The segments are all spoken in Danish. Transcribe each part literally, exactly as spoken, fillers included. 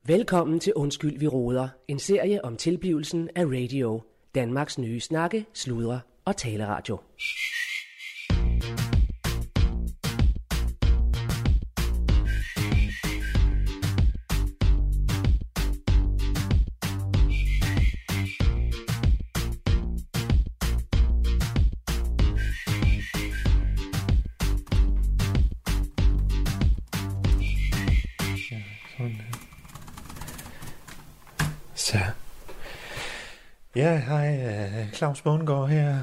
Velkommen til Undskyld, vi råder. En serie om tilblivelsen af radio. Danmarks nye snakke, sludre og taleradio. Så. Ja, hej, Claus Bundgaard her.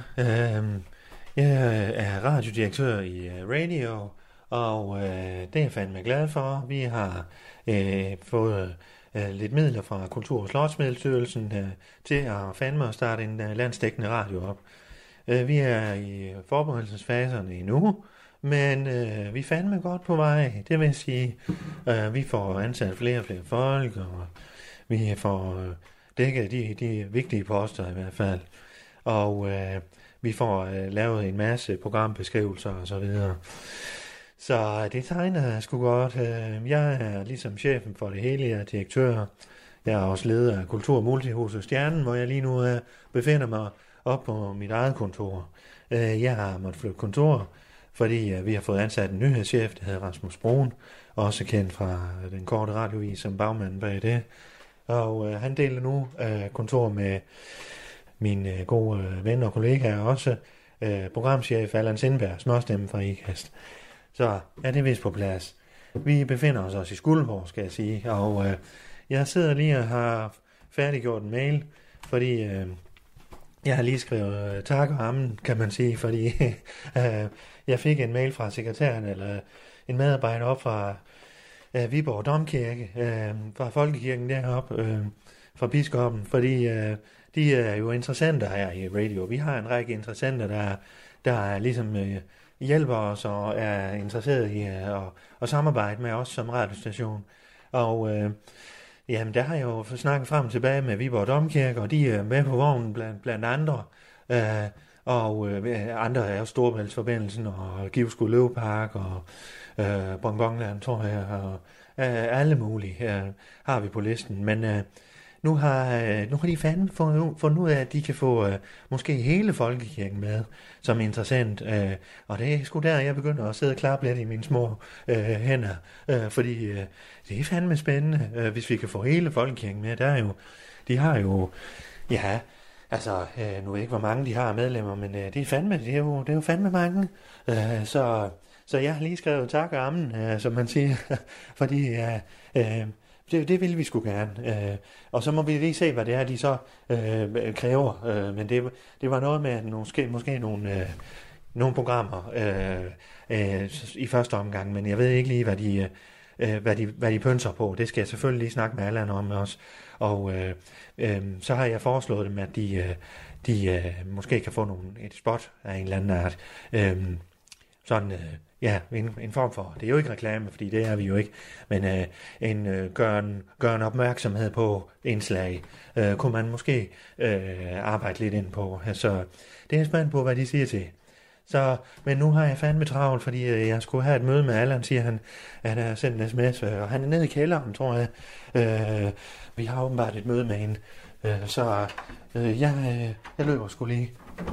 Jeg er radiodirektør i radio, og det er jeg fandme glad for. Vi har fået lidt midler fra Kultur- og Slotsmiddelstyrelsen til at fandme at starte en landsdækkende radio op. Vi er i forberedelsesfaserne endnu, men vi er fandme godt på vej. Det vil sige, vi får ansat flere og flere folk, og vi får dækket de, de vigtige poster i hvert fald. Og øh, vi får øh, lavet en masse programbeskrivelser og så videre. Så det tegner sgu godt. Jeg er ligesom chefen for det hele. Jeg er direktør. Jeg er også leder af Kultur- og Multihuset Stjernen, hvor jeg lige nu øh, befinder mig op på mit eget kontor. Øh, jeg har måttet flytte kontor, fordi øh, vi har fået ansat en nyhedschef, der hedder Rasmus Brun, også kendt fra den korte radiovis som bagmanden bag det. Og øh, han deler nu øh, kontor med min øh, gode øh, ven og kollega, også øh, programchef Allan Sindberg, småstemme fra IKAST. Så er det vist på plads. Vi befinder os også i Skuldborg, skal jeg sige, og øh, jeg sidder lige og har færdiggjort en mail, fordi øh, jeg har lige skrevet øh, tak og ammen, kan man sige, fordi øh, jeg fik en mail fra sekretæren, eller en medarbejder op fra Uh, Viborg Domkirke, uh, fra Folkekirken deroppe, uh, fra biskoppen, fordi uh, de er jo interessenter her i radio. Vi har en række interessenter, der, der er ligesom uh, hjælper os og er interesseret i uh, at, at samarbejde med os som radiostation. Og uh, jamen, der har jeg jo snakket frem og tilbage med Viborg Domkirke, og de er med på vognen blandt, blandt andre. Uh, og uh, andre er jo Storebæltsforbindelsen og Givskud Løvepark og Uh, Bonbonland, tror jeg, og uh, alle mulige uh, har vi på listen, men uh, nu, har, uh, nu har de fandme fundet, fundet ud af, at de kan få uh, måske hele folkekirken med som interessant, uh, og det er sgu der, jeg begynder at sidde og klappe lidt i mine små uh, hænder, uh, fordi uh, det er fandme spændende, uh, hvis vi kan få hele folkekirken med. Der er jo, de har jo, ja, altså, uh, nu ved jeg ikke, hvor mange de har medlemmer, men uh, det er fandme, det er jo, det er jo fandme mange, uh, så Så jeg har lige skrevet tak og ammen, øh, som man siger, fordi øh, øh, det, det vil vi sgu gerne. Øh, og så må vi lige se, hvad det er, de så øh, kræver. Øh, men det, det var noget med måske, måske nogle, øh, nogle programmer øh, øh, i første omgang, men jeg ved ikke lige, hvad de, øh, hvad de, hvad de pønser på. Det skal jeg selvfølgelig lige snakke med Allan om også. Og øh, øh, så har jeg foreslået dem, at de, øh, de øh, måske kan få nogle, et spot af en eller anden art. Øh, sådan... Øh, Ja, en, en form for, det er jo ikke reklame, fordi det er vi jo ikke, men øh, en øh, gør, en, gør en opmærksomhed på indslag, øh, kunne man måske øh, arbejde lidt ind på. Så det er spændt på, hvad de siger til. Så, men nu har jeg fandme travlt, fordi øh, jeg skulle have et møde med Allan, siger han, han har sendt en sms, og han er nede i kælderen, tror jeg. Øh, vi har åbenbart et møde med hende, øh, så øh, jeg, øh, jeg løber sgu lige.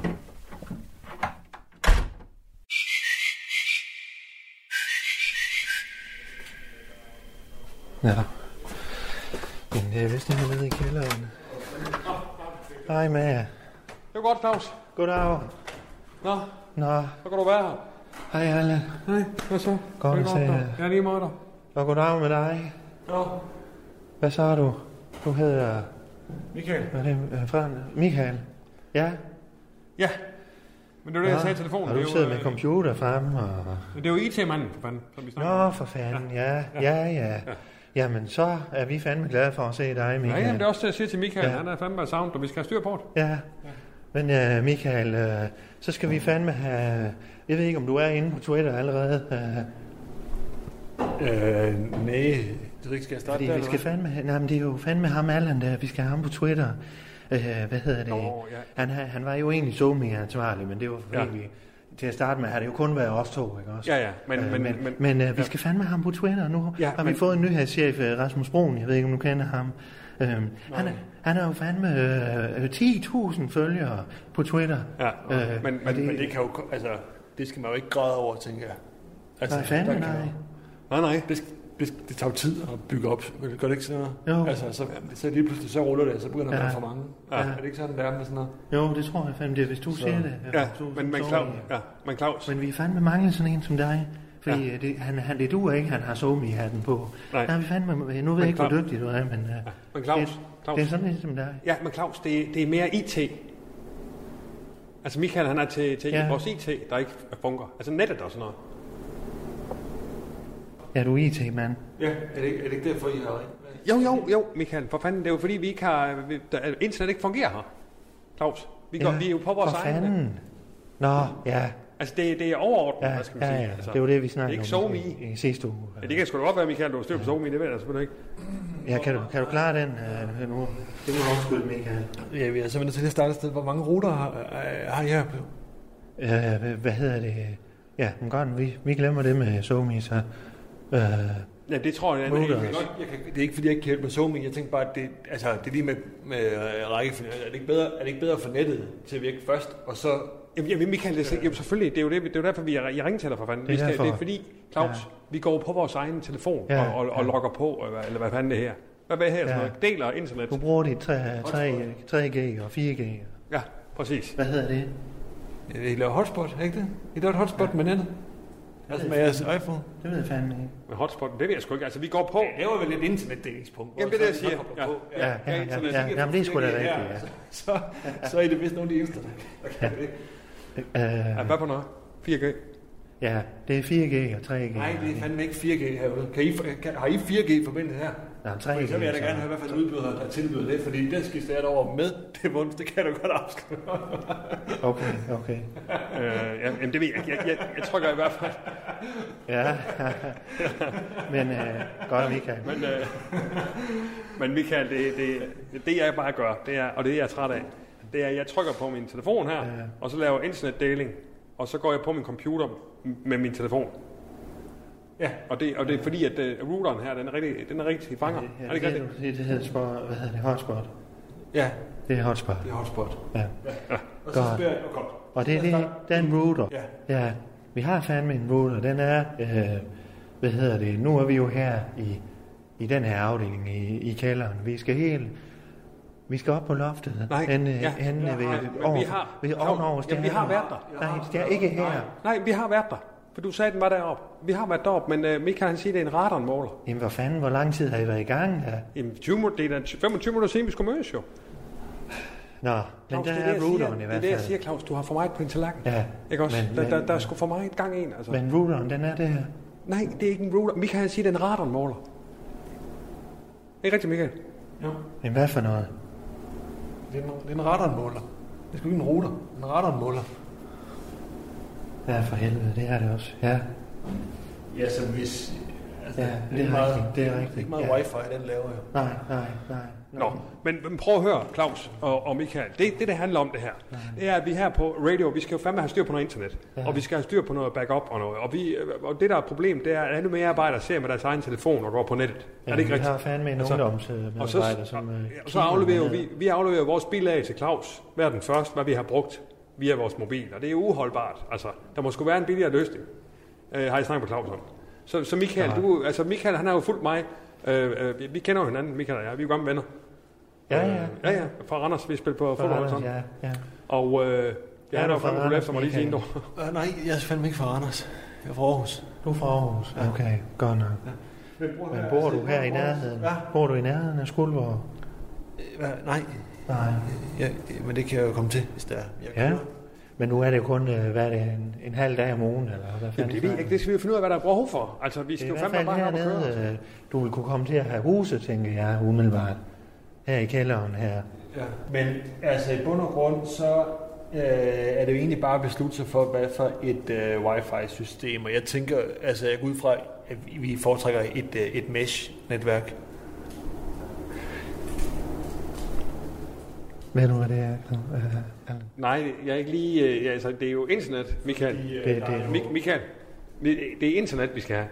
Ja, men det er vist ikke nede i kælderen. Hej Maja. Det er godt, Claus. Goddag. Nå, Nå. så kan du være her. Hej Allan. Hej, hvad så? Godt at se jer. Jeg er lige med dig. Og goddag med dig. Ja. Hvad så er du? Du hedder... Michael. Hvad er det? Øh, fra... Michael. Ja. Ja, men det er det, jeg sagde i telefonen. Og du sidder med computer fremme og... Det er jo I T-manden, for fanden, som vi snakker. Nå, for fanden, ja, ja, ja. ja. Jamen, så er vi fandme glade for at se dig, Michael. Ja, jamen, det er også det, jeg siger til Michael. Ja. Han er fandme savnet, og vi skal have styr på det. Ja, ja. Men uh, Michael, uh, så skal vi fandme have... Jeg ved ikke, om du er inde på Twitter allerede. Uh... Øh, nej, det skal jeg starte der, vi skal fandme have... Nej, men det er jo fandme ham, Allan, der. Vi skal have ham på Twitter. Uh, hvad hedder det? Nå, ja. han, han var jo egentlig SoMe ansvarlig, men det var fordi, ja. vi, til at starte med har det jo kun været os to, ikke også? Ja, ja, men... Øh, men, men men, men øh, vi ja. skal fandme ham på Twitter nu. Ja, har vi men, fået en nyhedschef, Rasmus Broen, jeg ved ikke, om du kender ham. Øh, han, er, han har jo fandme øh, ti tusind følgere på Twitter. Ja, øh, men, men, det, men det kan jo... Altså, det skal man jo ikke græde over, tænker jeg. Altså, nej, fandme nej. Nej, nej, det, det, det tager jo tid at bygge op. Gør det ikke sådan noget? Jo. Altså, så, så lige pludselig så ruller det, så begynder der ja. at være for mange. Ja. Ja. Er det ikke sådan, det er med sådan noget? Jo, det tror jeg fandme, det er, hvis du så. siger det. Ja, du, men, men, Claus, ja, men Claus... Men vi er fandme mange sådan en som dig. Fordi ja. det, han, han, det duer ikke, han har SoMe-hatten på. Nej. Ja, vi fandme, nu ved jeg ikke, hvor dygtig du er, men, ja. men Claus, det, Claus, det er sådan en som dig. Ja, men Claus, det, det er mere I T. Altså Michael, han er til, til ja. vores I T, der ikke fungerer. Altså nettet og sådan noget. Ja, du er I T-mand. Ja, er det, ikke, er det ikke derfor, I har ringet? Jo, jo, jo, Michael, for fanden, det er jo fordi, vi ikke har... Vi, der, internet ikke fungerer her. Claus, vi, går, ja, vi er jo på vores for egen... fanden. Nå, ja. Altså, det, det er overordnet, ja, hvad skal man ja, sige. ja, altså, det var det, vi snakkede om. Det er ikke SoMe i, i sidste uge. Ja, det kan sgu da godt være, Michael, du har styr på SoMe, det ved jeg selvfølgelig ikke. Ja, kan du, kan du klare den uh, nu? Det må du også skylde, Michael. Ja, vi er simpelthen til at starte et sted. Hvor mange ruter har, har I her? Ja, hvad, hvad hedder det? Ja, men godt, vi, vi glemmer det med SoMe, så... Uh, ja, det tror jeg, jeg, jeg, jeg, jeg kan, det er ikke fordi jeg ikke kan hjælpe med SoMe. Jeg tænker bare at det, altså det er lige med, med rækkefølge. Er det ikke bedre, er det ikke bedre for nettet til at virke først og så? Jamen, jamen Michael, det er, jamen, selvfølgelig. Det er jo det, det er jo derfor vi jeg ringer til dig for fanden. Det er, vi skal, derfor. det er fordi Claus, ja. vi går på vores egen telefon ja, og, og, og ja. logger på eller, eller hvad fanden det her. Hvad er det her? Ja. Sådan noget? Deler internet. Du bruger dit tre G og fire G. Ja, præcis. Hvad hedder det? I laver hotspot, ikke det? I laver et hotspot ja. med nettet. Altså med jeres iPhone? Det ved jeg fandme ikke. Med hotspotten, det ved jeg sgu ikke. Altså, vi går på... Det var vel et internetdelingspunkt. Jamen, det er det, jeg siger. Ja, ja, ja, ja, ja, ja, ja, jamen, det er sgu da rigtigt, ja. Så, så er det vist nogle af de eneste, der kan det. Ja, hvad på noget? fire G? Ja, det er fire G og tre G. Nej, det er fandme ikke fire G herude. Kan I, kan, har I fire G-forbindelse her? Nej, tre G. Så vil jeg da gerne have, hvad for en udbyder, der tilbyder det, fordi den skal starte over med det vunds, det kan du godt afskrive. Okay, okay. øh, ja, jamen, det ved jeg. Jeg, jeg, jeg trykker i hvert fald. Ja, men øh, godt, Michael. Men, øh, men Michael, det, det, det jeg bare gør, det er, og det er jeg er træt af, det er, at jeg trykker på min telefon her, ja. og så laver internetdeling, og så går jeg på min computer med min telefon. Ja, og det, og det er fordi, at uh, routeren her, den er rigtig, den er rigtig fanger. Ja, er det, det, det, det hedder spot, hvad hedder det, hotspot? Ja. Det er hotspot. Det er hotspot. Ja. ja. Og så spørger jeg, oh, og det er det, den router. Ja. Ja, vi har fandme en router, den er, øh, hvad hedder det, nu er vi jo her i, i den her afdeling i, i kælderen. Vi skal helt... Vi skal op på loftet. Nej, henne, ja, henne ja, ved, nej, over, vi har, ved ovenover jamen, vi har været der. Nej, det er ikke her. Nej, nej, vi har været der. For du sagde, den var deroppe. Vi har været deroppe, men uh, Michael han siger, det er en radarmåler. Jamen, hvor fanden, hvor lang tid har I været i gang? Ja? Jamen, tyve, det er femogtyve minutter siden, vi skulle mødes jo. Nå, men Claus, der det er, er routeren i siger, hvert fald. Det er det, jeg siger, Claus. Du har for meget på din tallerken. Ja. Ikke også? Men, der, men, der, der er sgu for meget gang en, altså. Men routeren, den er der. Nej, det er ikke en router. Michael han siger, det er en radarmåler. Ikke rigtigt, Michael? Jo. Men hvad for noget? Det er en, det er en radarmåler. Det er sgu ikke en router. En radarmåler. Ja, for helvede, det er det også. Ja. Ja, så hvis... Altså, ja, det, det er, er meget, rigtigt. Det er rigtigt. Det er ikke meget ja. wifi, den laver jo. Nej, nej, nej. Nå, men, men prøv at høre, Claus og, og Michael. Det, det, det handler om det her, nej. det er, at vi her på radio, vi skal jo fandme have styr på noget internet. Ja. Og vi skal have styr på noget backup og noget. Og, vi, og det, der er et problem, det er, at endnu mere arbejdere ser med deres egen telefon og går på nettet. Ja, er det ikke vi rigtigt? har fandme en altså, ungdomsmedarbejder, som... Og, og så afleverer vi, vi afleverer vores bilag til Claus hver den første, hvad vi har brugt via vores mobil. Og det er uholdbart. Altså, der må sgu være en billigere løsning. Uh, har I snakket på Claus om? Så, så Michael, ja. du, altså Michael, han har jo fulgt mig. Uh, uh, vi, vi kender jo hinanden, Michael og jeg. Vi er jo gamle venner. Ja, ja. Ja, ja. Fra Randers, vi spiller på fodbold sådan. Ja, ja. Og øh, jeg er der fandme gået efter mig lige siden. Uh, nej, jeg er fandme ikke fra Randers. Jeg er fra Aarhus. Du er fra Aarhus? Ja. Okay, godt nok. Ja. Men bor, Men bor du her i nærheden? Ja. Bor du i nærheden af Skuldborg? Uh, nej. Nej. Ja, men det kan jeg jo komme til, hvis det er. Jeg ja. Men nu er det jo kun, hvad er det, en, en halv dag om ugen, eller hvad fanden? Det, det, det skal vi finde ud af, hvad der er behov for. Altså, vi skal jo fandme bare have at køre. Du vil kunne komme til at have huse, tænker jeg, umiddelbart. Her i kælderen her. Ja. Men altså i bund og grund, så øh, er det jo egentlig bare at beslutte sig for, hvad for et øh, wifi-system. Og jeg tænker, altså jeg går ud fra, at vi foretrækker et, øh, et mesh-netværk. Ved du, hvad det er? Uh, Nej, jeg er ikke lige... Uh, altså, det er jo internet, Michael. Det, det, det, Mik- Michael, det, det er internet, vi skal have.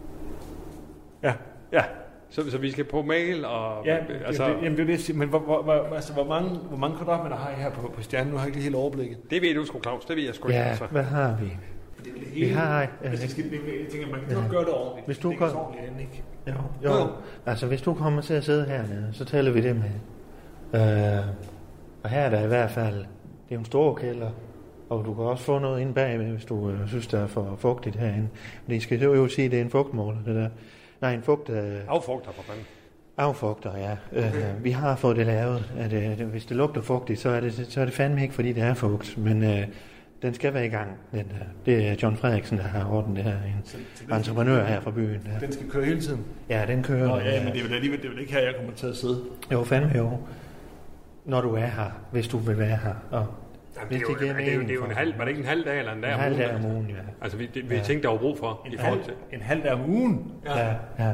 Ja. Ja. Så, så vi skal på mail og... Ja, altså, jamen, det, jamen, det er det, jeg siger. Men hvor, hvor, hvor, altså, hvor mange, hvor mange kvadratmeter har I her på, på Stjernen? Nu har jeg ikke lige helt overblikket. det ved du sgu, Claus. Det ved jeg sgu ikke. ja, Altså. hvad har vi? Det er det Vi har... Uh, hvis det skal, jeg tænker, man kan godt gøre det ordentligt. Hvis du det kan- er ordentligt, end ikke. Jo, jo. Jo. Altså, hvis du kommer til at sidde hernede, så tæller vi det med. Øh, og her er der i hvert fald... Det er jo en stor kælder, og du kan også få noget inde bagved, hvis du øh, synes, det er for fugtigt herinde. Men det skal jo jo sige, at det er en fugtmåler, det der. Nej, en fugt... Øh, Affugter for fanden. affugter, ja. Okay. Øh, vi har fået det lavet. At, øh, hvis det lugter fugtigt, så er det, så er det fandme ikke, fordi det er fugt. Men øh, den skal være i gang, den der. Det er John Frederiksen, der har ordnet det her. En Så, så entreprenør her fra byen. Ja, Den skal køre hele tiden. ja den kører. Nå, ja, men det er vel alligevel, det er vel ikke her, jeg kommer til at sidde. Jo, fandme jo. Når du er her, hvis du vil være her. Og Jamen, hvis det, er jo, giver det, er jo, det er jo mening en for- halv... Var det ikke en halv dag eller en dag en om halv ugen? dag om ugen, ja. Altså, vi, det, vi Ja. tænkte, der var brug for i En forhold halv, til... en halv dag om ugen. Ja, ja.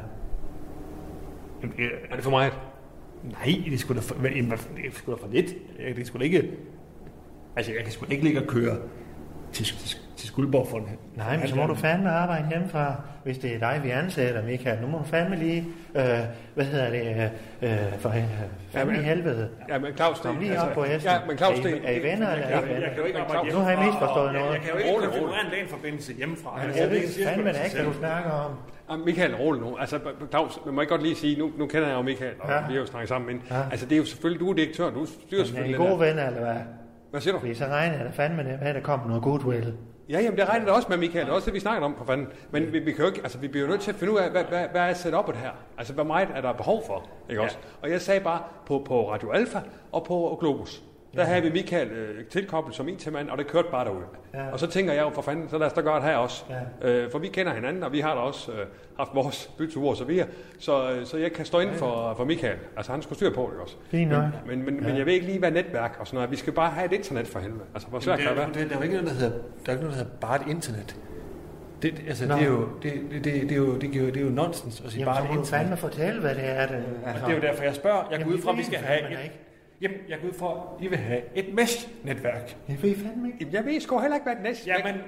Jamen, øh, Er det for meget? Nej, det skulle da for, hvad- jamen, hvad- det skulle da for lidt. Jeg, det skulle da ikke... Altså, jeg kan sgu da ikke ligge og køre til, til, til Skuldborg for en Nej, men så må du fandme arbejde hjemmefra, hvis det er dig, vi ansætter, Michael. Nu må du fandme lige, øh, hvad hedder det, øh, for øh, fandme i men- helvede. Ja, men Claus, det... Kom lige op på hesten. Ja, men Claus, er, det... I, er I venner, eller er I venner? Jeg kan jo ikke Men arbejde Nu har jeg hjemmefra, misforstået og jeg- noget. Jeg kan jo ikke Rolig, rolig. konfigurere en LAN-forbindelse hjemmefra. Altså, jeg ved fandme da ikke, hvad du snakker om. Ah, Michael, rolig nu. Altså, Claus, man må ikke godt lige sige, nu, nu kender jeg jo Michael, og Ja. vi har jo snakket sammen, men Ja. altså, det er jo selvfølgelig, du er direktør, du styrer Er I selvfølgelig gode den der. venner, eller hvad? Hvad siger du? Fordi så regner jeg da fandme med, at der kommer noget goodwill. Ja, jamen, det regner det også med, Michael. Det er også det, vi snakker om, for fanden. Men vi, vi kan jo ikke, altså, vi bliver jo nødt til at finde ud af, hvad, hvad, hvad er setup'et her? Altså, hvor meget er der behov for, ikke Ja. også? Og jeg sagde bare, på, på Radio Alpha og på Globus, der havde vi Michael øh, tilkoblet som I T-mand, og det kørte bare derude. Ja. Og så tænker jeg jo, for fanden, så lad os da gøre det her også. Ja. Øh, for vi kender hinanden, og vi har da også øh, haft vores byture og så videre. Så, øh, så jeg kan stå inden for, for Michael. Altså, han skulle styre på det også. Fint nok. Men, men, Ja. men jeg ved ikke lige, hvad netværk og sådan noget. Vi skal bare have et internet for helvede. Altså, hvor svært Det, kan det det, være? det, der er jo ikke noget, der hedder, der er ikke noget, der hedder bare et internet. Det, det- altså, Nå. det er jo, det, det, det, det, er jo, det, er jo, det er jo nonsens at sige Jamen, bare så et må du internet. fandme fortælle, hvad det er. Det, Og det er jo derfor, jeg spørger. Jeg går Jamen, ud fra, at vi det skal ved have fandme et, ikke. jamen, jeg går ud fra, at I vil have et mesh-netværk. Jeg ved fandme ikke. Jamen, jeg ved sgu heller ikke, hvad det næste er. Jamen,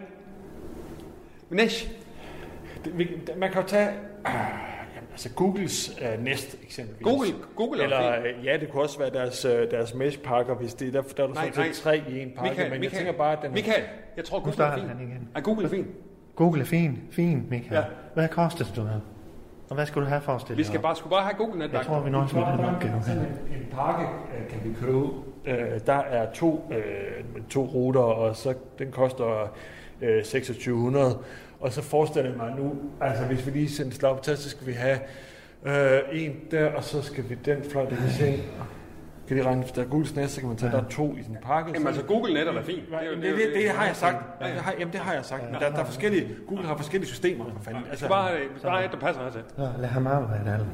Næst. det, vi, man kan jo tage øh, jamen, altså Googles øh, Nest eksempelvis. Google, Google er Eller, fint. øh, ja, det kunne også være deres, øh, deres mesh-pakker, hvis det er der, der er du Nej, sådan nej. set tre i en pakke. Michael, men Michael, jeg tænker bare, at den Michael, jeg tror, Nu Google er starter fint. han igen. Er Google fint? Google er fint. Fint, Michael. Ja. Hvad koster det, du her? Og hvad skal du have for at stille Vi skal op? bare, skulle bare have Google-netværk. Jeg tror, vi nøjes med den opgave sådan her. en, en pakke øh, kan vi købe. Øh, der er to, øh, to ruter, og så den koster øh, seksogtyve hundrede. Og så forestiller jeg mig nu, altså hvis vi lige sender slag på tast, så skal vi have øh, en der, og så skal vi den fløj, det kan se. Kan de regne, hvis der er Googles Nest, så kan man tage, Ja. der er to i sådan en pakke. Jamen altså, Google-net er fint. Det, jo- det, det, det, det har jeg sagt. Ja, ja. Det har, jamen, det har jeg sagt. Men der, der er forskellige, Google har forskellige systemer. For fanden. Altså, Altså, bare, bare et, der passer her til. Så lad ham arbejde, alle.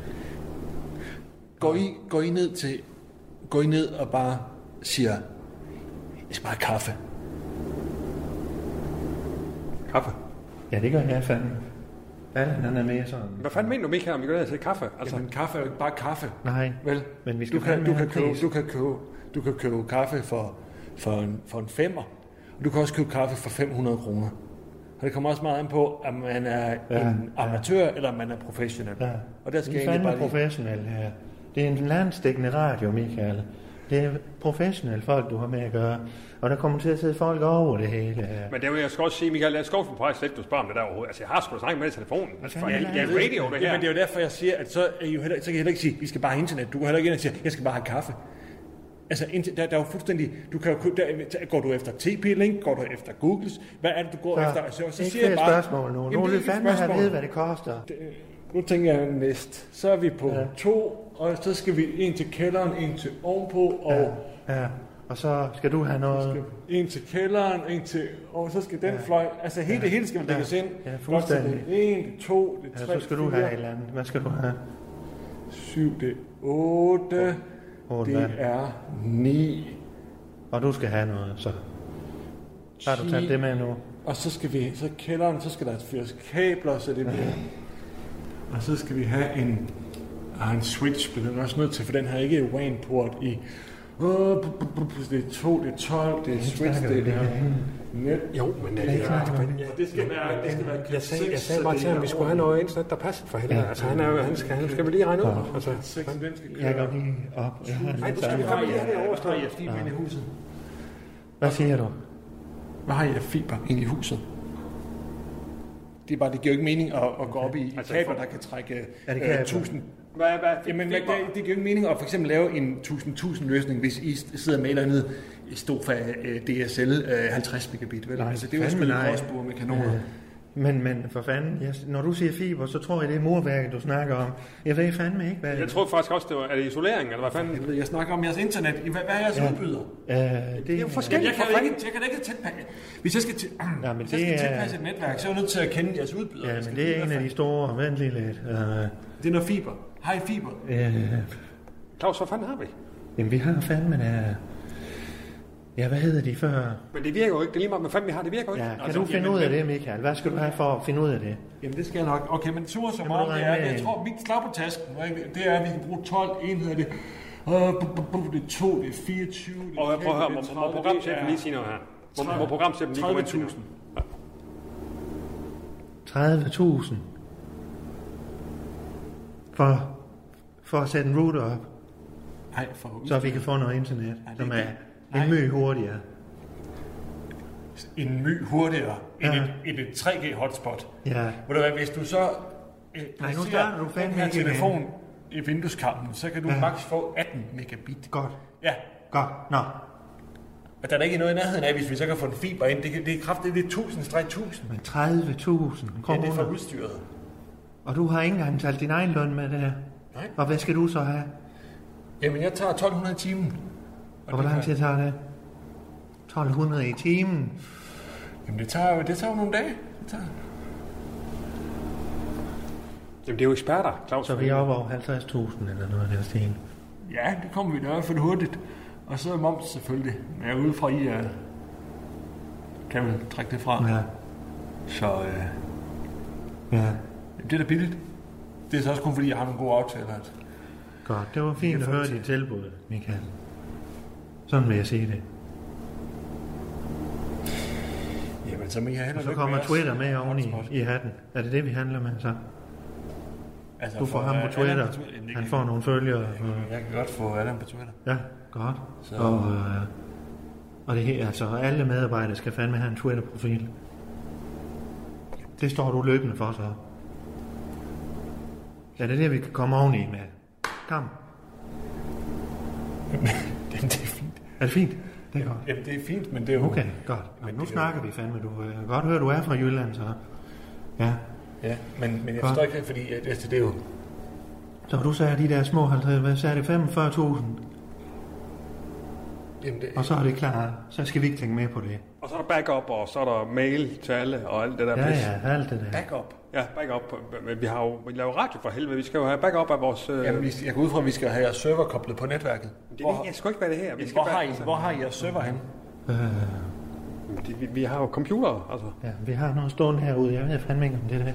går, I, går I ned til, går I ned og bare siger, jeg skal bare have kaffe. Kaffe. Ja, det gør jeg fandme. Allan, han er mere sådan. Hvad fanden mener du, Michael, om vi går ned til kaffe? Altså, Jamen, kaffe er jo ikke bare kaffe. Nej, Vel? men vi skal Du kan, fandme du, have kan købe, pris. du, kan købe, du kan købe kaffe for, for, en, for en femmer, og du kan også købe kaffe for fem hundrede kroner. Og det kommer også meget an på, om man er Ja, en amatør, eller om man er professionel. Ja. Og der skal Vi jeg er egentlig fandme bare lige... professionelle her. Det er en landstækkende radio, Michael. Det er professionelle folk, du har med at gøre. Og der kommer til at sidde folk over det hele her. men det vil jeg skal også sige, Michael, jeg skal på præcis slet, du spørger om det der overhovedet. Altså, jeg har sgu da snakket med i telefonen. Altså, for, fanden jeg, er jeg er det? radio, det her. Jamen, det er jo derfor, jeg siger, at så, er I jo heller, så kan I heller ikke sige, I skal bare have internet. Du kan heller ikke ind og sige, jeg skal bare have kaffe. Altså, indtil- der, der er jo fuldstændig... Du kan jo, købe- der, går du efter T P-Link? Går du efter Googles? Hvad er det, du går Så, efter? Altså, så ikke siger jeg flere bare... spørgsmål nu. Nu Jamen, vil det er vi ikke et fandme have spørgsmål. ved, hvad det koster. Det- Nu tænker jeg næst. Så er vi på Ja. ja. to, og så skal vi en til kælderen, en til ovenpå, og Ja, ja. Og så skal du have noget... en til kælderen, en til... Og så skal den Ja. fløj... Altså, hele det hele skal Ja. lægges ind. Ja, Godt, så fuldstændig. det er en, det er to, det er Ja, tre, så skal du fire, have et eller andet. Hvad skal du have? syv, det er otte, Otte det vand. er ni, Og du skal have noget, så... Har du taget det med nu? og så skal vi, så kælderen, så skal der fyres kabler, så det bliver... Og så skal vi have en, ah, en switch, bliver den også nødt til, for den har ikke W A N-port i. Oh, det er to, det er tolv, det er switch, det er net. Jo, men det, det, er, Det skal være, det skal være jeg, sagde, jeg sagde bare til ham, at vi skulle have noget internet, der passer for helvede. Altså, han, er jo, han, skal, han skal vi lige regne ud. Altså, jeg går lige op. Jeg har nej, du skal vi fandme lige have det overstået. Hvad har I af fiber inde i huset? Hvad siger du? Hvad har I af fiber inde i huset? Det er bare, det giver jo ikke mening at, at gå op i altså, kabler, der kan trække øh, tusind. Hvad, hvad, Jamen, det, det giver jo ikke mening at for eksempel lave en tusind-tusind løsning, hvis I sidder med et eller andet Stofa D S L halvtreds megabit. Vel? Nej, altså, det er jo sgu en gråsbue med kanoner. Øh, men, men for fanden, jeg, når du siger fiber, så tror jeg, det er murværket, du snakker om. Jeg ved fandme ikke, hvad... Jeg troede faktisk også, det var, er det isolering, eller hvad fanden? Jeg ved, jeg snakker om jeres internet. Hvad, hvad er jeres ja. udbyder? Øh, det, det er jo forskelligt. Jeg kan, ikke, jeg kan ikke tilpasse... Hvis jeg skal, til, ja, men hvis jeg skal tilpasse et netværk, så er jeg nødt til at kende jeres udbyder. Ja, men det er en af de store. Vent lige lidt. Uh, det er noget fiber. Har I fiber? Uh, Claus, hvad fanden har vi? Jamen, vi har fandme der... Ja, hvad hedder de før? Men det virker jo ikke. Det er lige meget, hvad fanden vi har. Det virker jo ikke. Ja, kan altså, du finde jamen, ud af det, Michael? Hvad skal du have for at finde ud af det? Jamen, det skal jeg nok. Okay, men tur som om det er... Jeg tror, mit slag på tasken, det er, at vi kan bruge tolv enheder. Det, uh, det er to, det er fireogtyve, det er og prøv at høre, må, må programchefen lige sige noget her? Må, må programchefen lige komme ind til noget? tredive tusind. For, for at sætte en router op. Nej, for så vi kan få noget internet, nej, som er en my hurtigere. En my hurtigere ja. end et, et tre G hotspot. Ja. Ved du hvad, hvis du så øh, nej, nu starter du den her telefon i vindueskampen, så kan du ja. maks få atten megabit. Godt. Ja. Godt. Nå. Og der er ikke noget i nærheden af, hvis vi så kan få en fiber ind. Det, det er kraftigt, det er tusind streg tusind. Men tredive tusind kroner. Ja, det er for udstyret. Og du har ikke engang talt din egen løn med det her. Nej. Og hvad skal du så have? Jamen, jeg tager tolv hundrede i timen. Og, og hvor lang tid tager det? tolv hundrede i timen? Jamen, det tager jo, det tager jo nogle dage. Det tager... Jamen, det er jo eksperter, Claus. Så vi er oppe over halvtreds tusind eller noget af den stil. Ja, det kommer vi da i hvert fald hurtigt. Og så er moms selvfølgelig. Men jeg er ude fra, I er... kan man trække det fra. Ja. Så, øh... ja. Jamen, det er da billigt. Det er så også kun fordi, jeg har nogle gode aftaler. At... Godt, det var fint at høre dit tilbud, Michael. Sådan vil jeg sige det. Jamen, så, jeg og så kommer Twitter med oven i, i hatten. Er det det, vi handler med så? Altså, du får ham på Twitter. På Twitter. Han får nogle følgere. Jeg, jeg kan godt få Adam på Twitter. Ja, godt. Så. Og, øh, og det her, altså alle medarbejdere skal fandme have en Twitter-profil. Det står du løbende for så. Ja, det er det, vi kan komme oveni med. Kom. det, det er fint. Er det fint? Det er godt. Jamen, det er fint, men det er jo... Okay, godt. Men nu snakker jo... vi fandme. Du kan godt høre, du er fra Jylland, så... Ja. Ja, men, men jeg forstår ikke, fordi altså, det er jo... Så du sagde de der små halvtreds, hvad sagde det? femogfyrre tusind? Jamen, det... Og så er det klart. Så skal vi ikke tænke med på det. Og så er der backup, og så er der mail til alle, og alt det der. Ja, pis. Ja, alt det der. Backup? Ja, backup. Men vi har jo vi laver radio for helvede. Vi skal jo have backup af vores... Øh... Jamen, jeg går ud fra, at vi skal have jeres server koblet på netværket. Det hvor... jeg skal ikke være det her. Vi skal hvor, bare... har I, hvor har I jeres server henne? Øh... Det, vi, vi har jo computer, altså. Ja, vi har noget stående herude. Jeg ved fandme ikke om det der.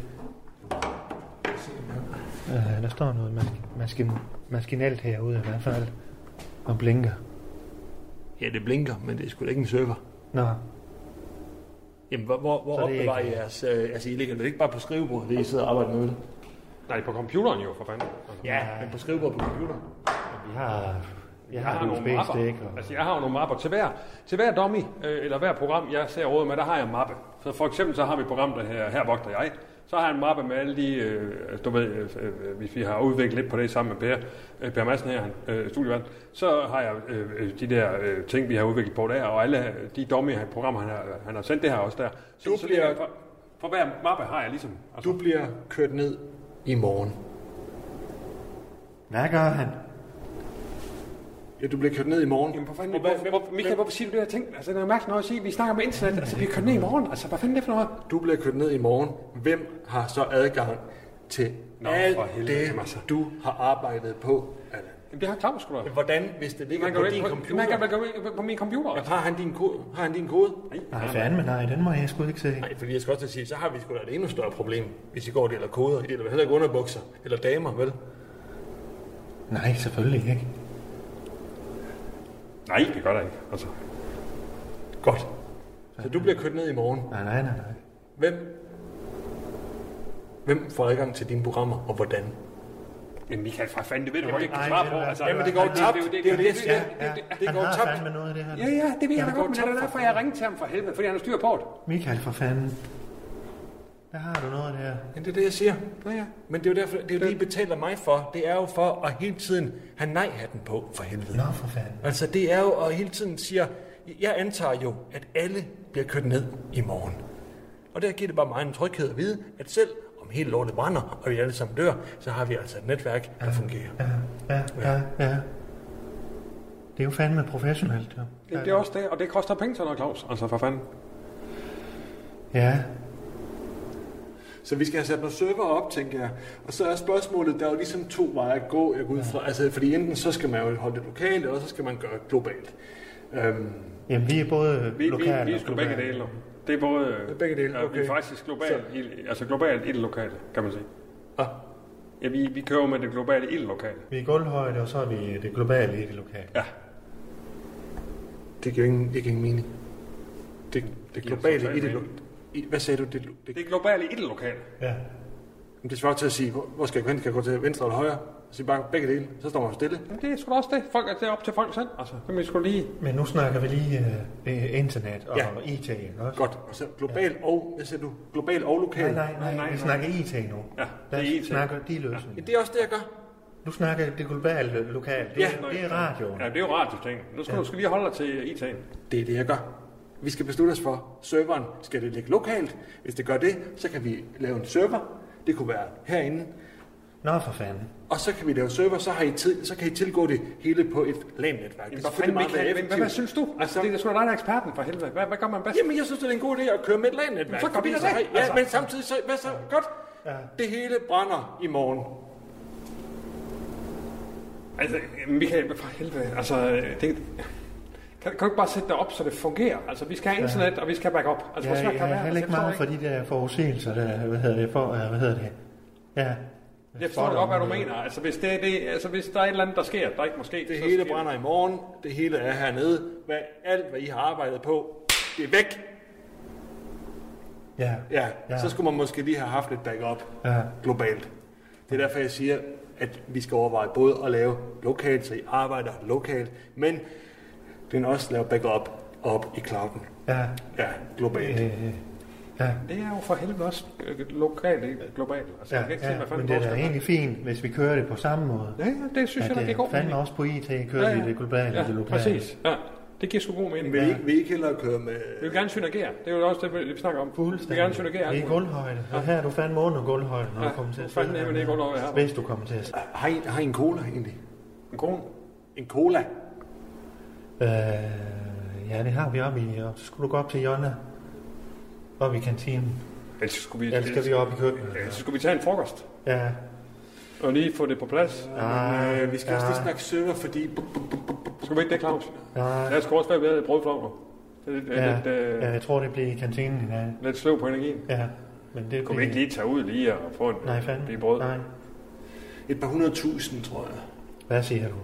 Øh, der står noget mas- maskin- maskinelt herude i hvert fald. Og blinker. Ja, det blinker, men det er sgu da ikke en server. Nå. Jamen, hvor, hvor, hvor opbevarer I jeres... Øh, altså, I ligger det ikke bare på skrivebordet, det I sidder og arbejder med det? Nej, på computeren jo, for fanden. Altså. Ja, men på skrivebordet på computer. Vi har... Jeg, jeg har, har nogle mapper. Og... Altså, jeg har jo nogle mapper. Til hver, til hver dummy, øh, eller hver program, jeg ser råd med, der har jeg en mappe. Så for eksempel, så har vi et program, der her, her vogter jeg. Så har jeg en mappe med alle de, øh, du ved, øh, øh, hvis vi har udviklet lidt på det sammen med Per, øh, Per Madsen her, øh, studievalg, så har jeg øh, de der øh, ting, vi har udviklet på der, og alle de dummy programmer, han har, han har sendt det her også der. Så, du så bliver, for, for hver mappe har jeg ligesom... Altså. Du bliver kørt ned i morgen. Hvad gør han? Ja, du bliver kørt ned i morgen. Jamen, for fanden, hvor, hvor, hvor, Michael, hvorfor siger du det her ting? Altså, det er mærkeligt noget at sige. Vi snakker med internet, altså, vi bliver kørt ned i morgen. Altså, hvad fanden er det for noget? Du bliver kørt ned i morgen. Hvem har så adgang til Nå, alt det, altså. Du har arbejdet på, Allan? Jamen, det har Claus sgu da. Hvordan, hvis det ligger på din computer? Man kan vel gå på min computer. Jamen, har han din kode? Har han din kode? Nej, nej fandme nej, den må jeg sgu ikke se. Nej, fordi jeg skal også sige, så har vi sgu da et endnu større problem, hvis I går og deler koder. I deler heller ikke underbukser eller damer, vel? Nej, selvfølgelig ikke. Nej, det gør der ikke. Altså. Godt. Så du bliver kørt ned i morgen. Nej, nej, nej, nej. Hvem, hvem får adgang til dine programmer, og hvordan? Men Michael, for fanden, det ved du Nej, ikke, kan nej, svare det på. er- Altså, Jamen, det går det- tabt. det- det- Det er jo det- det, det- ja. Ja, det han går har tabt. fandme noget af det her. Ja, ja, det ved jeg da det godt, går men det er tabt derfor, for jeg ringte til ham for helvede, fordi han har styr på det. Michael, for fanden. Der har du noget af det her. Ja, det er det, jeg siger. Ja, ja. Men det er jo derfor, det er jo det, I betaler mig for. Det er jo for at hele tiden have nej-hatten på, for helvede. Nå, for fanden. Altså, det er jo, og hele tiden siger, jeg antager jo, at alle bliver kørt ned i morgen. Og der giver det bare mig en tryghed at vide, at selv om hele lortet brænder, og vi alle sammen dør, så har vi altså et netværk, der fungerer. Ja, ja, ja, ja. Det er jo fandme professionelt, jo. Det, det er også det, og det koster penge til noget, Claus. Altså, for fanden. Ja, Så vi skal have sat nogle server op, tænker jeg. Og så er spørgsmålet, der er jo ligesom to veje at gå, jeg går ud fra. Altså, fordi enten så skal man jo holde det lokalt, eller så skal man gøre det globalt. Øhm, jamen vi er både Vi, vi, lokale vi er og sgu begge globale. dele. Det er både... Begge dele, ja, vi okay. er faktisk globalt, i, altså globalt i det lokale, kan man sige. ah, Ja, vi, vi kører med det globale i det lokale. Vi er i gulvhøjde, og så er vi det globale i det lokale. Ja. det giver ingen, det giver ingen mening. Det, det giver globale totalt i det... mening. lo- I, hvad sagde du? Det, det, Det er globale i det lokale. Ja. det svarer til at sige, hvor, hvor skal jeg gå hen? Skal jeg gå til venstre eller højre? Så siger bare begge dele, så står man stille. Jamen, det er sgu da også det. Folk, det er op til folk selv. Altså, det må vi sgu lige... Men nu snakker vi lige uh, internet og Ja. I T, ikke også? Godt. Og så global og, hvad siger du? Global og lokal. Nej, nej, nej, nej, vi nej. snakker I T nu. Ja, det Lad er os I T. snakke de Ja, løsninger. det er også det, jeg gør. Nu snakker det globale lokalt. Det, Ja. det er radioen. Ja, det er jo radioting. Nu skal Ja. du skal lige holde dig til I T'en. Det er det, jeg gør. Vi skal beslutte os for, serveren skal det ligge lokalt. Hvis det gør det, så kan vi lave en server. Det kunne være herinde. Nå, for fanden. Og så kan vi lave server, så, har I tid, så kan I tilgå det hele på et LAN-netværk. Jamen, Det er hvad, selvfølgelig fanden, meget mere Michael, hvad, hvad, hvad effektivt. synes du? Altså, det er sgu da dig, der er eksperten for helvede. Hvad, hvad gør man bedst? Jamen, jeg synes, det er en god idé at køre med et LAN-netværk. Så gør vi fordi da så det. har I- Ja, Altså. men samtidig, så, hvad så? Godt. Ja. Det hele brænder i morgen. Altså, Michael, for helvede. Altså, det, kan, kan du ikke bare sætte det op, så det fungerer? Altså, vi skal have internet, og vi skal have backup. Altså, hvor Ja, svært jeg kan det er være? heller ikke Altså, meget for de der forudsigelser, der, hvad hedder det, for, uh, hvad hedder det? Ja. Jeg forstår godt, hvad du mener. Altså, hvis, det, er det, altså, hvis der er et eller andet, der sker, der ikke måske... Det så hele sker brænder i morgen. Det hele er hernede. Hvad, alt, hvad I har arbejdet på, det er væk. Ja. Ja, Ja. så skulle man måske lige have haft lidt backup Ja. globalt. Det er derfor, jeg siger, at vi skal overveje både at lave lokalt, så I arbejder lokalt, men den også lave backup op i clouden. Ja. Ja, globalt. Øh, ja. Det er jo for helvede også øh, lokalt, ikke globalt. Altså, Ja, jeg kan ikke se, ja, hvad men fanden det er vores da skal egentlig fint, hvis vi kører det på samme måde. være. Ja, ja, det synes jeg, At der giver god det fandme mening. også på I T kører vi det globale ja, og det lokale. præcis. Ja, det giver sgu god mening. Vil I, Ja. ikke- vil I ikke hellere køre med... Vi vil gerne synergere. Det er jo også det, vi snakker om. Vi vil gerne synergere. Vi er i gulvhøjde, og her er du fandme under gulvhøjde, når Ja, du kommer til at fanden er med det gulvhøjde her. Hvis du kommer til at Har I, har I en cola egentlig? En kone. En cola? Øh, ja, det har vi oppe i, og så skulle du gå op til Jonna, op i kantinen. Ellers skulle vi, Ellers skal vi op i køkkenet. Ellers skulle vi tage en frokost. Ja, Og lige få det på plads. nej, Øh, vi skal også lige nej, snakke server, fordi... Skulle vi ikke det, Claus? nej. Lad os gå også være ved at brødflov nu. Det er lidt, Ja, lidt, øh, ja, jeg tror, det bliver i kantinen i dag. lidt sløv på energien. Ja, men det Kunne vi ikke lige tage ud lige og få en Nej, fandme. blive brød? Nej. Et par hundrede tusind, tror jeg. Hvad siger du?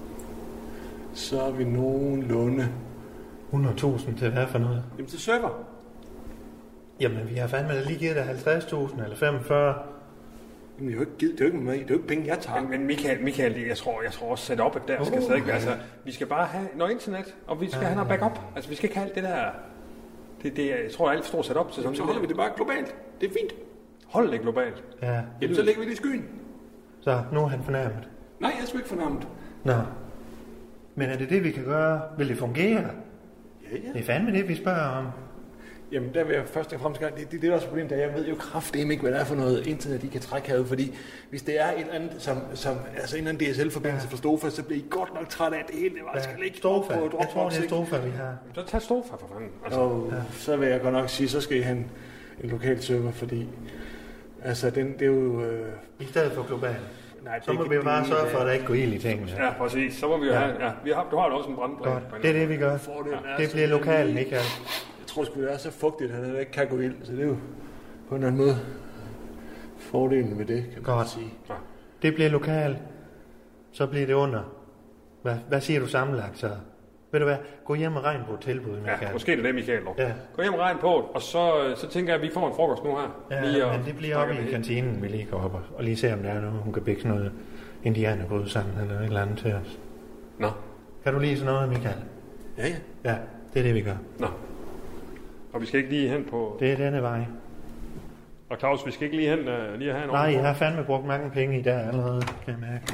Så er vi nogenlunde... hundrede tusind til hvad for noget? Jamen til server. Jamen, vi har fandme da lige givet dig halvtreds tusind eller femogfyrre. Jamen, det er jo ikke, givet- det er jo ikke, det er jo ikke penge, jeg tager. Men, men Michael, Michael, jeg tror, jeg tror også set op der skal Uh. stadig være. Altså, vi skal bare have noget internet, og vi skal Ja, have noget ja, backup. Altså, vi skal ikke have alt det der... Det, det, er- jeg tror, alt for stort sat op til sådan Jamen, så holder vi det bare globalt. Det er fint. Hold det globalt. Ja, Jamen, så lægger vi det i skyen. så nu er han fornærmet. Nej, jeg er sgu ikke fornærmet. Nå. Men er det det, vi kan gøre? Vil det fungere? Ja, ja. Det er fandme det, vi spørger om. Jamen, der vil jeg først og fremmest gerne... Det, det, det er også problemet, at jeg ved jo kraftedeme ikke, hvad det er for noget internet, de kan trække herud. Fordi hvis det er et eller andet, som, som altså en eller anden D S L-forbindelse ja. for Stofa, så bliver I godt nok træt af at det hele. Det var, ja. skal ikke Stofa. på Jeg tror, Dropbox, det er ikke? Stofa, vi har. Så tag Stofa for fanden. Altså, Og ja. så vil jeg godt nok sige, så skal I have en, en lokal server, fordi... Altså, den, det er jo... Øh, I stedet for global. nej, Så må vi jo bare sørge for, at der ikke går ild i tingene. ja, præcis. Så må vi jo Ja. have... Ja, vi har, du har jo også en brandplan. Godt. Det er det, vi gør. Fordelen er Det så- bliver lokalt, Michael. Jeg tror sgu, det er så fugtigt, at han ikke kan gå ild, så det er jo på en eller anden måde fordelen ved det, kan man Godt. sige. Det bliver lokalt. Så bliver det under. Hvad, hvad siger du sammenlagt så? Ved du hvad? Gå hjem og regn på et tilbud, Michael. Ja, måske det er det, Michael. Ja. Gå hjem og regn på det, og så, så tænker jeg, at vi får en frokost nu her. Ja, lige men det bliver oppe i kantinen, vi lige går op og, og lige ser, om der er noget, hun kan bække sådan noget indianerbrød sammen, eller et eller andet til os. Nå. Kan du lige sådan noget, Michael? Ja, ja. Ja, det er det, vi gør. Nå. Og vi skal ikke lige hen på... Det er denne vej. Og Claus, vi skal ikke lige hen uh, lige have en Nej, jeg har fandme brugt mange penge i der allerede, kan jeg mærke.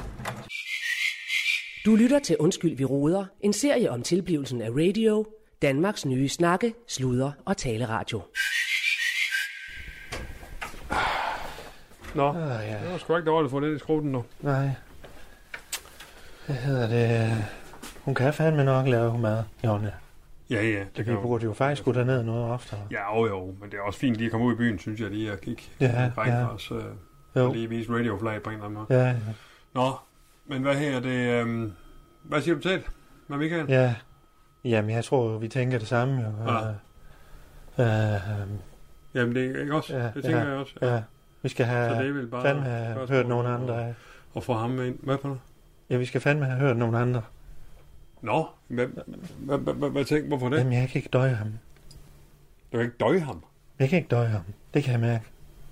Du lytter til Undskyld, vi roder, en serie om tilblivelsen af radio, Danmarks nye snakke, sludre og taleradio. Nå, Ah, ja. det var sgu ikke dårligt at få det i skruten nu. Nej. Hvad hedder det? Hun kan fandme nok lave mad, Jonne. Ja, ja. Det Vi kan burde jo faktisk gå derned noget oftere. Ja, jo, jo, men det er også fint lige at komme ud i byen, synes jeg, lige at kigge. Ja, Regn ja. for os, øh, Jo. og lige vise radioflag på en eller anden måde. Ja, ja. Nå, men hvad her det... Øh, hvad siger du til det med Michael? Ja. Jamen, jeg tror, vi tænker det samme, jo. Ja. Uh, uh, Jamen, det er ikke også. Ja, det tænker ja, jeg også. ja. Vi skal Så det have er vel bare fandme have spørgsmål hørt nogen og- andre af. Og få ham ind. Hvad for noget? Ja, vi skal fandme have hørt nogen andre. Nå, hvad, hvad, hvad, hvad, hvad tænker hvorfor det? Jamen, jeg kan ikke døje ham. Du kan ikke døje ham. Jeg kan ikke døje ham. Det kan jeg mærke.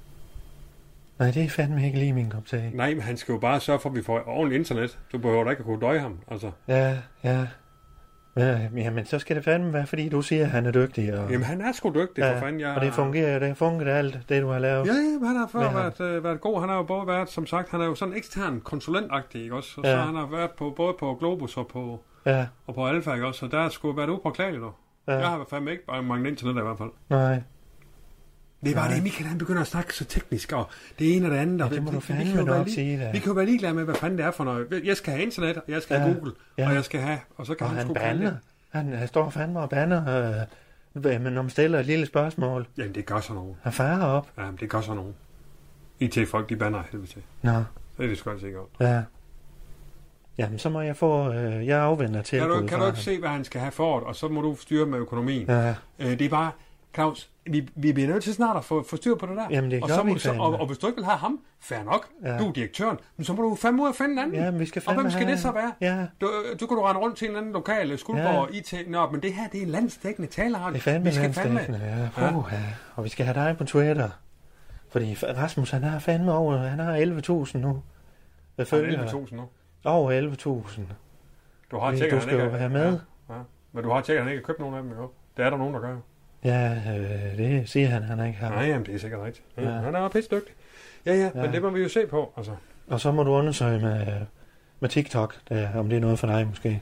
Nej, det er fandme ikke lige min kop te. Nej, men han skal jo bare sørge for, at vi får ordentligt internet. Du behøver da ikke at kunne døje ham, altså. Ja, ja. Men, ja, men så skal det fandme være, fordi du siger, at han er dygtig. Og, Jamen, han er sgu dygtig, ja, for fanden. Jeg... og det fungerer, det fungerer alt, det du har lavet. Ja, ja, men han har før Med været, øh, været god. Han har jo både været, som sagt, han er jo sådan ekstern konsulentagtig, ikke også? Og Ja. så han har været på, både på Globus og på, Ja, og på Alfa, ikke også? Så der har sgu været upåklageligt, dog. ja. Jeg har fandme ikke bare mange internet i hvert fald. Nej. Det er bare Nej. det, Michael, han begynder at snakke så teknisk, og det ene og det andet. Ja, og det må du vi kan fandme jo være nok lige- sige, da. Vi kan jo være ligeglade med, hvad fanden det er for noget. Jeg skal have internet, og jeg skal have Ja. Google, Ja. og jeg skal have, og så kan Og han, han sgu kalde bander. det. Han, han står fandme og bander, øh, men når man stiller et lille spørgsmål. Jamen, det gør sådan nogen. Han farer op. Jamen, det gør sådan nogen. I T-folk, de bander af helvede til. Nå, Det er det sgu altid godt. ja. Jamen, så må jeg få, øh, jeg afventer til. Kan du, kan du ikke se, hvad han skal have for det, og så må du styre med økonomien. Ja, Øh, det er bare, Claus, vi, vi bliver nødt til snart at få, få styr på det der. Jamen, det og, gør så må vi du så, fandme. og, og hvis du ikke vil have ham, fair nok, Ja. du er direktøren, men så må du fandme ud og finde en anden. ja, men vi skal og fandme hvem skal have... det så være? Ja, Du, du kan du rende rundt til en eller anden lokal Skuldborg Ja. I T. Nå, men det her, det er en landsdækkende taleradio. det er fandme vi skal fandme. landstækkende, ja. Puh, ja. Og vi skal have dig på Twitter. Fordi Rasmus, han har fandme over, han har elleve tusind nu. Hvad Han er følger? elleve tusind nu. Over elleve tusind. Du har Du tjekket, skal han ikke jo er- være med. Ja, ja. Men du har tjekket, at han ikke har købt nogen af dem, jo. Det er der nogen, der gør. Ja, øh, det siger han, han ikke har. Nej, jamen, det er sikkert rigtigt. Ja. Ja. Han er jo pisse dygtig. Ja, ja, Ja. men det må vi jo se på, altså. Og så må du undersøge med, med TikTok, der, om det er noget for dig måske.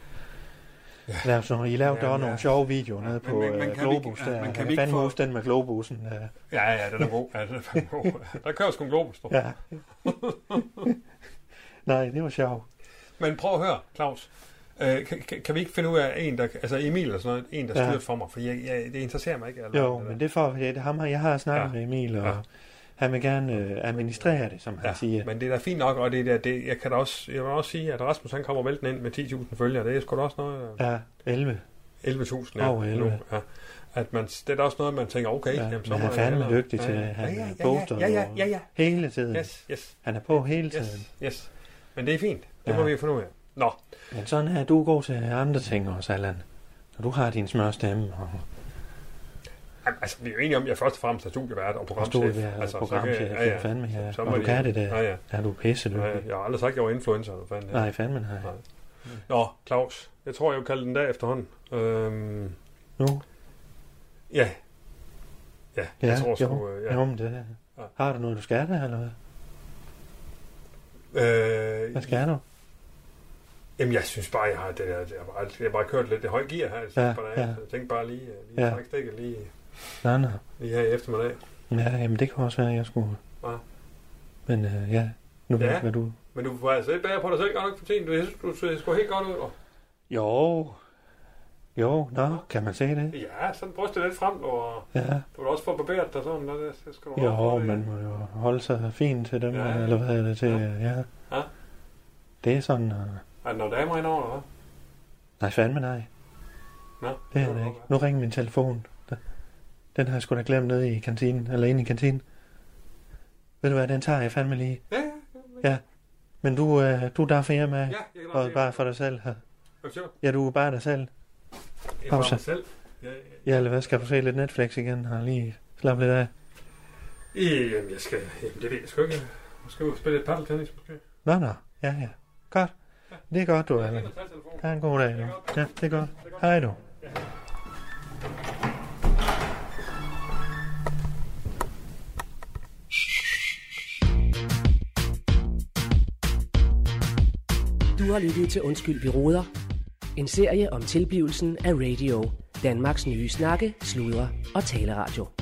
Ja. Lav sådan, I lavede Ja, ja, ja. nogle sjove videoer Ja, nede men- på men- men øh, kan vi ikke- Globus. ja, Der. men kan Jeg vi kan ikke fandme få- huske den med Globusen. Ja. Ja, ja, den er god. Ja, den er fandme god. Der kører sgu en globus, du. Ja. Nej, det var sjovt. Men prøv at høre, Claus. Øh, kan, kan, kan vi ikke finde ud af en, der... Altså Emil eller sådan noget, en, der Ja. styrer for mig? For jeg, jeg, det interesserer mig ikke. Eller, Jo, men det får det er ham her. Jeg har snakket Ja. med Emil, og Ja. han vil gerne øh, administrere det, som han Ja, siger. men det er da fint nok, og det er da, det, jeg kan da også, jeg vil også sige, at Rasmus han kommer væltende ind med ti tusind følgere. Det er sgu da også noget... Ja, elleve. elleve tusind, ja. Over elleve. Nu, ja. At man, det er da også noget, man tænker, okay, Ja, jamen, så men må han er jeg fandme hellere- dygtig til, han ja, ja, ja, poster ja, ja, ja, ja. hele tiden. Yes, yes, Han er på hele tiden. yes, yes. Men det er fint. Det Ja. må vi jo finde ud af. Nå, Men sådan er du god til andre ting også, Allan. Når du har din smørstemme, og Jamen, altså, vi er jo enige om, at jeg først og fremmest er studievært og og stod programchef. ved altså, programchef, så kan- ja, ja. fandme, ja. Så Og må du de- kan det der. Ja, ja. Ja, du er pisse Ja, dygtig. jeg har aldrig sagt, at jeg var influencer. Eller fanden, Nej, fandme nej. Nej. Nå, Claus. Jeg tror, jeg vil kalde den dag efterhånden. Øhm, Nu? ja. Ja, Ja, jeg tror jo. sgu... øh, Ja. Jo, men det Ja. Har du noget, du skal der, eller hvad? Øh, Hvad skal du? Jamen, jeg synes bare, jeg har, det, der, jeg har bare, jeg har bare kørt lidt det høje gear her. Ja, Ja, ja. ja. Jeg tænkte bare lige, lige Ja. trække stikket lige, Nej, nej. lige her i eftermiddag. Ja, jamen det kan også være, at jeg skulle... Ja. Men øh, ja, nu ved Ja. jeg, hvad du... Men du får altså ikke bedre på dig selv godt nok for tiden. Du, jeg synes, du ser sgu helt godt ud. Og... Jo. Jo, nå, kan man se det? Ja, sådan bryster lidt frem, og Ja. du vil også få barberet dig sådan, og det, så skal du Jo, holde for det. man må jo holde sig fint til dem, Ja, ja, ja. eller hvad er det til, Ja. ja. ja. Ja. Det er sådan... Uh... Er der nogle damer indover, eller hvad? Nej, fandme nej. Nå, Det er det ikke. Nu ringer min telefon. Den har jeg sgu da glemt nede i kantinen, eller inde i kantinen. Ved du hvad, den tager jeg fandme lige. Ja, ja, ja. Ja. Men du, øh, du er der for hjemme af, Ja, jeg kan nok og se bare det. for dig selv her. Hvad siger du? Ja, du er bare dig selv. Jeg er Pause. bare mig selv. Ja, ja. Ja, eller hvad, skal du se lidt Netflix igen? Har lige slappet lidt af? Jamen, jeg skal... Jamen, det ved jeg sgu ikke. Måske ud spille et paddeltennis, måske. Nå, nå. Ja, ja. Godt. Det er godt, du er. Jeg kan tage telefonen. Ha' en god dag, du. Ja, det er godt. Hej, du. Du har lyttet til Undskyld, vi roder. En serie om tilblivelsen af radio. Danmarks nye snakke, sludre og taleradio.